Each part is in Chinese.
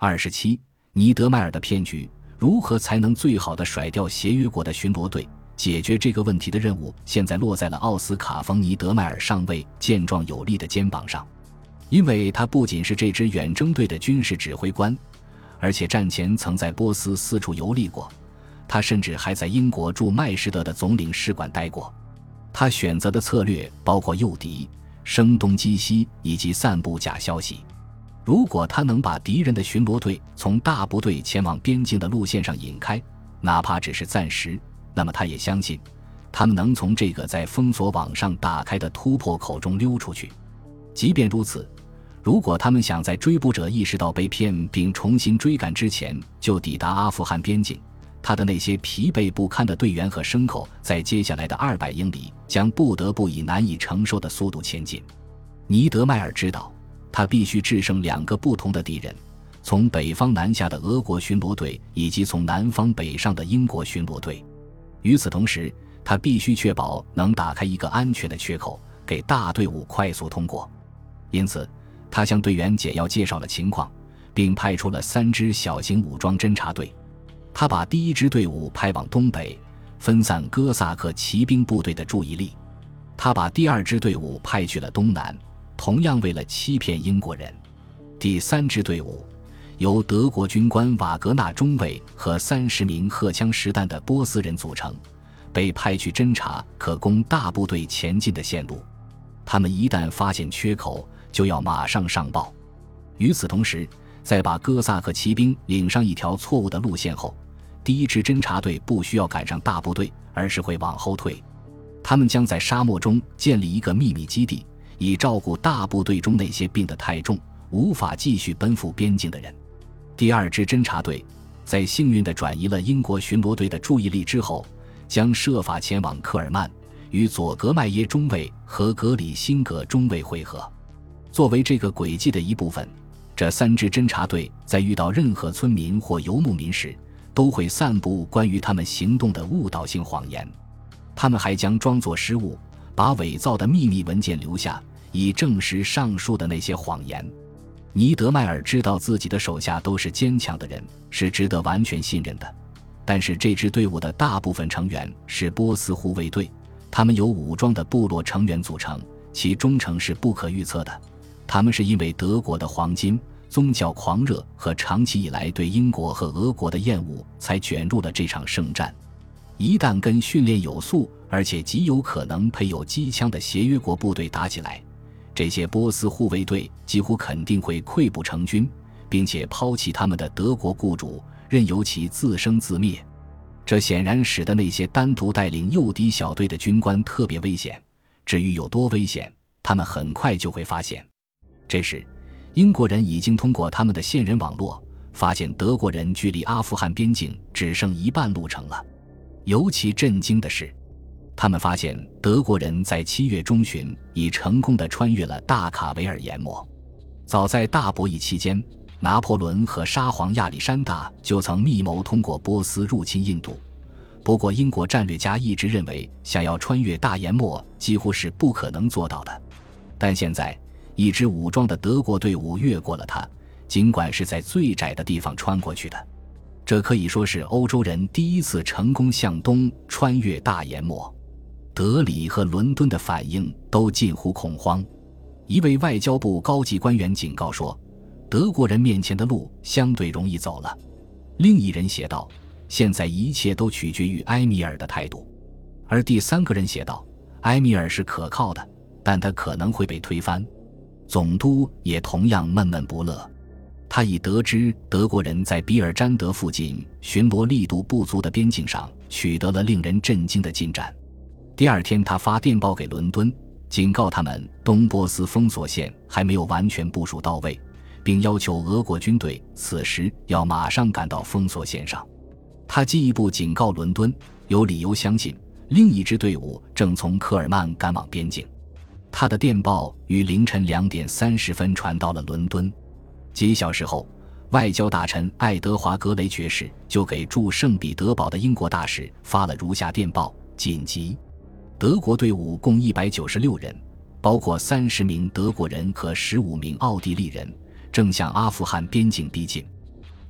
27尼德迈尔的骗局，如何才能最好地甩掉协约国的巡逻队？解决这个问题的任务现在落在了奥斯卡·冯·尼德迈尔上尉健壮有力的肩膀上，因为他不仅是这支远征队的军事指挥官，而且战前曾在波斯四处游历过，他甚至还在英国驻麦士德的总领事馆待过。他选择的策略包括诱敌、声东击西以及散布假消息。如果他能把敌人的巡逻队从大部队前往边境的路线上引开，哪怕只是暂时，那么他也相信他们能从这个在封锁网上打开的突破口中溜出去。即便如此，如果他们想在追捕者意识到被骗并重新追赶之前就抵达阿富汗边境，他的那些疲惫不堪的队员和牲口在接下来的200英里将不得不以难以承受的速度前进。尼德迈尔知道他必须制胜2个不同的敌人，从北方南下的俄国巡逻队以及从南方北上的英国巡逻队。与此同时，他必须确保能打开一个安全的缺口，给大队伍快速通过。因此他向队员简要介绍了情况，并派出了3支小型武装侦察队。他把第1支队伍派往东北，分散哥萨克骑兵部队的注意力。他把第2支队伍派去了东南，同样为了欺骗英国人。第3支队伍由德国军官瓦格纳中尉和30名荷枪实弹的波斯人组成，被派去侦察可供大部队前进的线路。他们一旦发现缺口，就要马上上报。与此同时，在把哥萨克骑兵领上一条错误的路线后，第1支侦察队不需要赶上大部队，而是会往后退。他们将在沙漠中建立一个秘密基地，以照顾大部队中那些病得太重无法继续奔赴边境的人。第2支侦察队在幸运地转移了英国巡逻队的注意力之后，将设法前往科尔曼，与佐格迈耶中尉和格里辛格中尉会合。作为这个轨迹的一部分，这3支侦察队在遇到任何村民或游牧民时，都会散布关于他们行动的误导性谎言。他们还将装作失误，把伪造的秘密文件留下，以证实上述的那些谎言。尼德迈尔知道自己的手下都是坚强的人，是值得完全信任的。但是这支队伍的大部分成员是波斯护卫队，他们由武装的部落成员组成，其忠诚是不可预测的。他们是因为德国的黄金、宗教狂热和长期以来对英国和俄国的厌恶才卷入了这场圣战。一旦跟训练有素而且极有可能配有机枪的协约国部队打起来，这些波斯护卫队几乎肯定会溃不成军，并且抛弃他们的德国雇主，任由其自生自灭。这显然使得那些单独带领诱敌小队的军官特别危险，至于有多危险，他们很快就会发现。这时英国人已经通过他们的线人网络发现德国人距离阿富汗边境只剩1半路程了。尤其震惊的是，他们发现德国人在7月中旬已成功地穿越了大卡维尔研磨。早在大博弈期间，拿破仑和沙皇亚历山大就曾密谋通过波斯入侵印度。不过英国战略家一直认为想要穿越大研磨几乎是不可能做到的。但现在一支武装的德国队伍越过了它，尽管是在最窄的地方穿过去的。这可以说是欧洲人第一次成功向东穿越大研磨。德里和伦敦的反应都近乎恐慌。一位外交部高级官员警告说，德国人面前的路相对容易走了。另一人写道，现在一切都取决于埃米尔的态度。而第3个人写道，埃米尔是可靠的，但他可能会被推翻。总督也同样闷闷不乐。他已得知德国人在比尔詹德附近巡逻力度不足的边境上取得了令人震惊的进展。第2天他发电报给伦敦，警告他们东波斯封锁线还没有完全部署到位，并要求俄国军队此时要马上赶到封锁线上。他进一步警告伦敦，有理由相信另一支队伍正从科尔曼赶往边境。他的电报于凌晨2点30分传到了伦敦。几小时后，外交大臣爱德华·格雷爵士就给驻圣彼得堡的英国大使发了如下电报：紧急！德国队伍共196人，包括30名德国人和15名奥地利人，正向阿富汗边境逼近。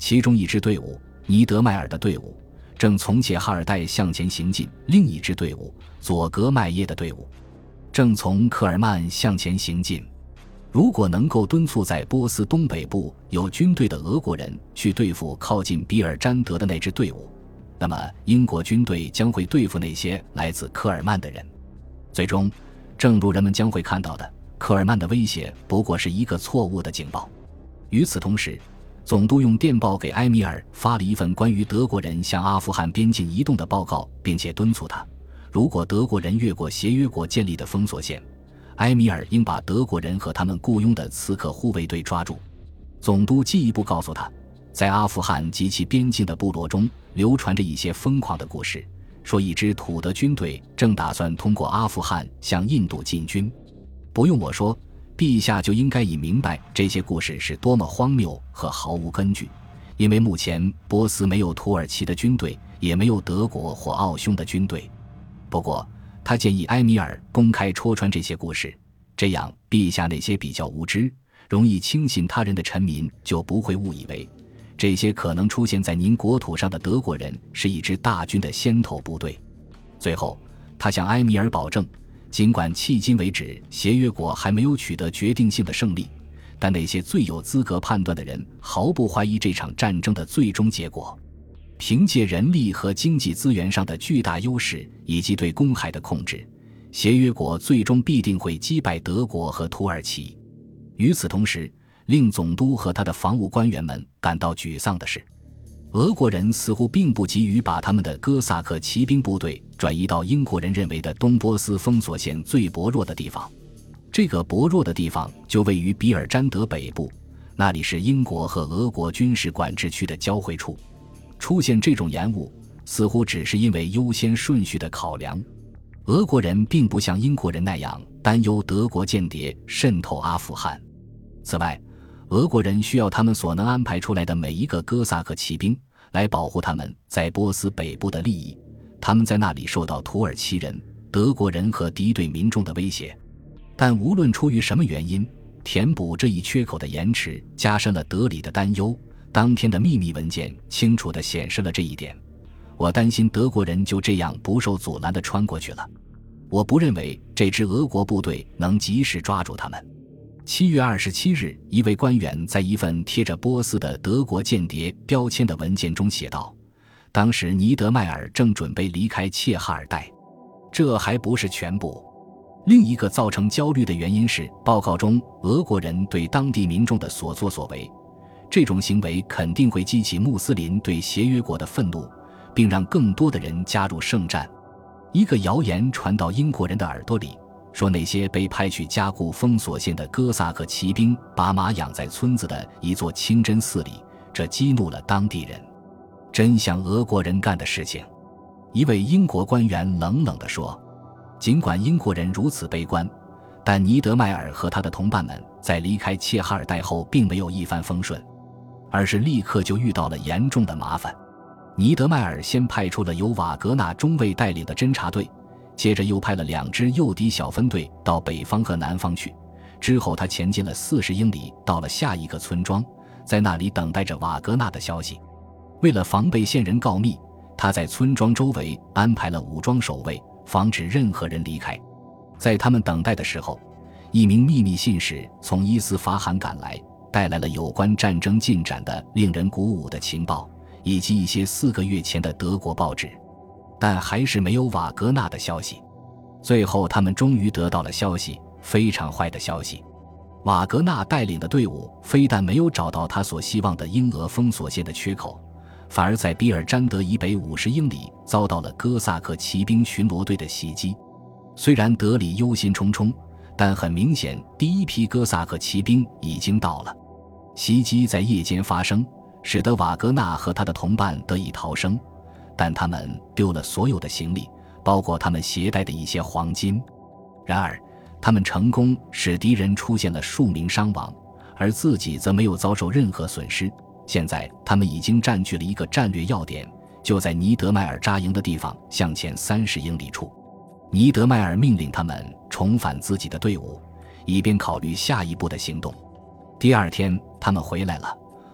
其中一支队伍，尼德迈尔的队伍，正从切哈尔带向前行进，另一支队伍，佐格麦耶的队伍，正从科尔曼向前行进。如果能够敦促在波斯东北部有军队的俄国人去对付靠近比尔詹德的那支队伍，那么英国军队将会对付那些来自科尔曼的人。最终，正如人们将会看到的，科尔曼的威胁不过是一个错误的警报。与此同时，总督用电报给埃米尔发了一份关于德国人向阿富汗边境移动的报告，并且敦促他，如果德国人越过协约国建立的封锁线，埃米尔应把德国人和他们雇佣的刺客护卫队抓住。总督进一步告诉他，在阿富汗及其边境的部落中流传着一些疯狂的故事，说一支土德军队正打算通过阿富汗向印度进军。不用我说，陛下就应该已明白这些故事是多么荒谬和毫无根据，因为目前波斯没有土耳其的军队，也没有德国或奥匈的军队。不过他建议埃米尔公开戳穿这些故事，这样陛下那些比较无知、容易轻信他人的臣民就不会误以为这些可能出现在您国土上的德国人是一支大军的先头部队。最后他向埃米尔保证，尽管迄今为止协约国还没有取得决定性的胜利，但那些最有资格判断的人毫不怀疑这场战争的最终结果。凭借人力和经济资源上的巨大优势以及对公海的控制，协约国最终必定会击败德国和土耳其。与此同时，令总督和他的防务官员们感到沮丧的是，俄国人似乎并不急于把他们的哥萨克骑兵部队转移到英国人认为的东波斯封锁线最薄弱的地方。这个薄弱的地方就位于比尔詹德北部，那里是英国和俄国军事管制区的交汇处。出现这种延误，似乎只是因为优先顺序的考量。俄国人并不像英国人那样担忧德国间谍渗透阿富汗。此外，俄国人需要他们所能安排出来的每一个哥萨克骑兵来保护他们在波斯北部的利益，他们在那里受到土耳其人、德国人和敌对民众的威胁。但无论出于什么原因，填补这一缺口的延迟加深了德里的担忧。当天的秘密文件清楚地显示了这一点。我担心德国人就这样不受阻拦地穿过去了。我不认为这支俄国部队能及时抓住他们。7月27日，一位官员在一份贴着波斯的德国间谍标签的文件中写道，当时尼德迈尔正准备离开切哈尔带。这还不是全部。另一个造成焦虑的原因是报告中俄国人对当地民众的所作所为，这种行为肯定会激起穆斯林对协约国的愤怒，并让更多的人加入圣战。一个谣言传到英国人的耳朵里，说那些被派去加固封锁线的哥萨克骑兵把马养在村子的一座清真寺里，这激怒了当地人。真像俄国人干的事情。一位英国官员冷冷地说，尽管英国人如此悲观，但尼德迈尔和他的同伴们在离开切哈尔带后并没有一帆风顺，而是立刻就遇到了严重的麻烦。尼德迈尔先派出了由瓦格纳中尉带领的侦察队，接着又派了2支诱敌小分队到北方和南方去，之后他前进了40英里，到了下一个村庄，在那里等待着瓦格纳的消息。为了防备线人告密，他在村庄周围安排了武装守卫，防止任何人离开。在他们等待的时候，一名秘密信使从伊斯法罕赶来，带来了有关战争进展的令人鼓舞的情报，以及一些4个月前的德国报纸。但还是没有瓦格纳的消息。最后他们终于得到了消息，非常坏的消息。瓦格纳带领的队伍非但没有找到他所希望的英俄封锁线的缺口，反而在比尔詹德以北50英里遭到了哥萨克骑兵巡逻队的袭击。虽然德里忧心忡忡，但很明显第一批哥萨克骑兵已经到了。袭击在夜间发生，使得瓦格纳和他的同伴得以逃生，但他们丢了所有的行李，包括他们携带的一些黄金。然而他们成功使敌人出现了数名伤亡，而自己则没有遭受任何损失。现在他们已经占据了一个战略要点，就在尼德迈尔扎营的地方向前30英里处。尼德迈尔命令他们重返自己的队伍，以便考虑下一步的行动。第二天他们回来了，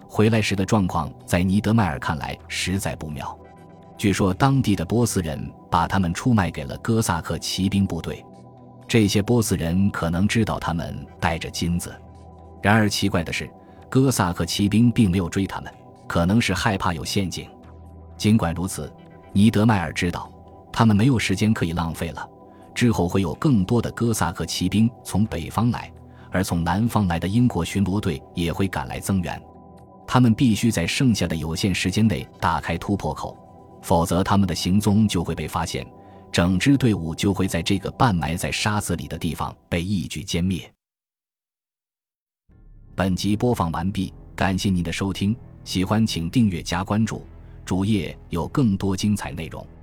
回来时的状况在尼德迈尔看来实在不妙。据说当地的波斯人把他们出卖给了哥萨克骑兵部队，这些波斯人可能知道他们带着金子。然而奇怪的是，哥萨克骑兵并没有追他们，可能是害怕有陷阱。尽管如此，尼德迈尔知道他们没有时间可以浪费了，之后会有更多的哥萨克骑兵从北方来，而从南方来的英国巡逻队也会赶来增援。他们必须在剩下的有限时间内打开突破口，否则他们的行踪就会被发现，整支队伍就会在这个半埋在沙子里的地方被一举歼灭。本集播放完毕，感谢您的收听，喜欢请订阅加关注，主页有更多精彩内容。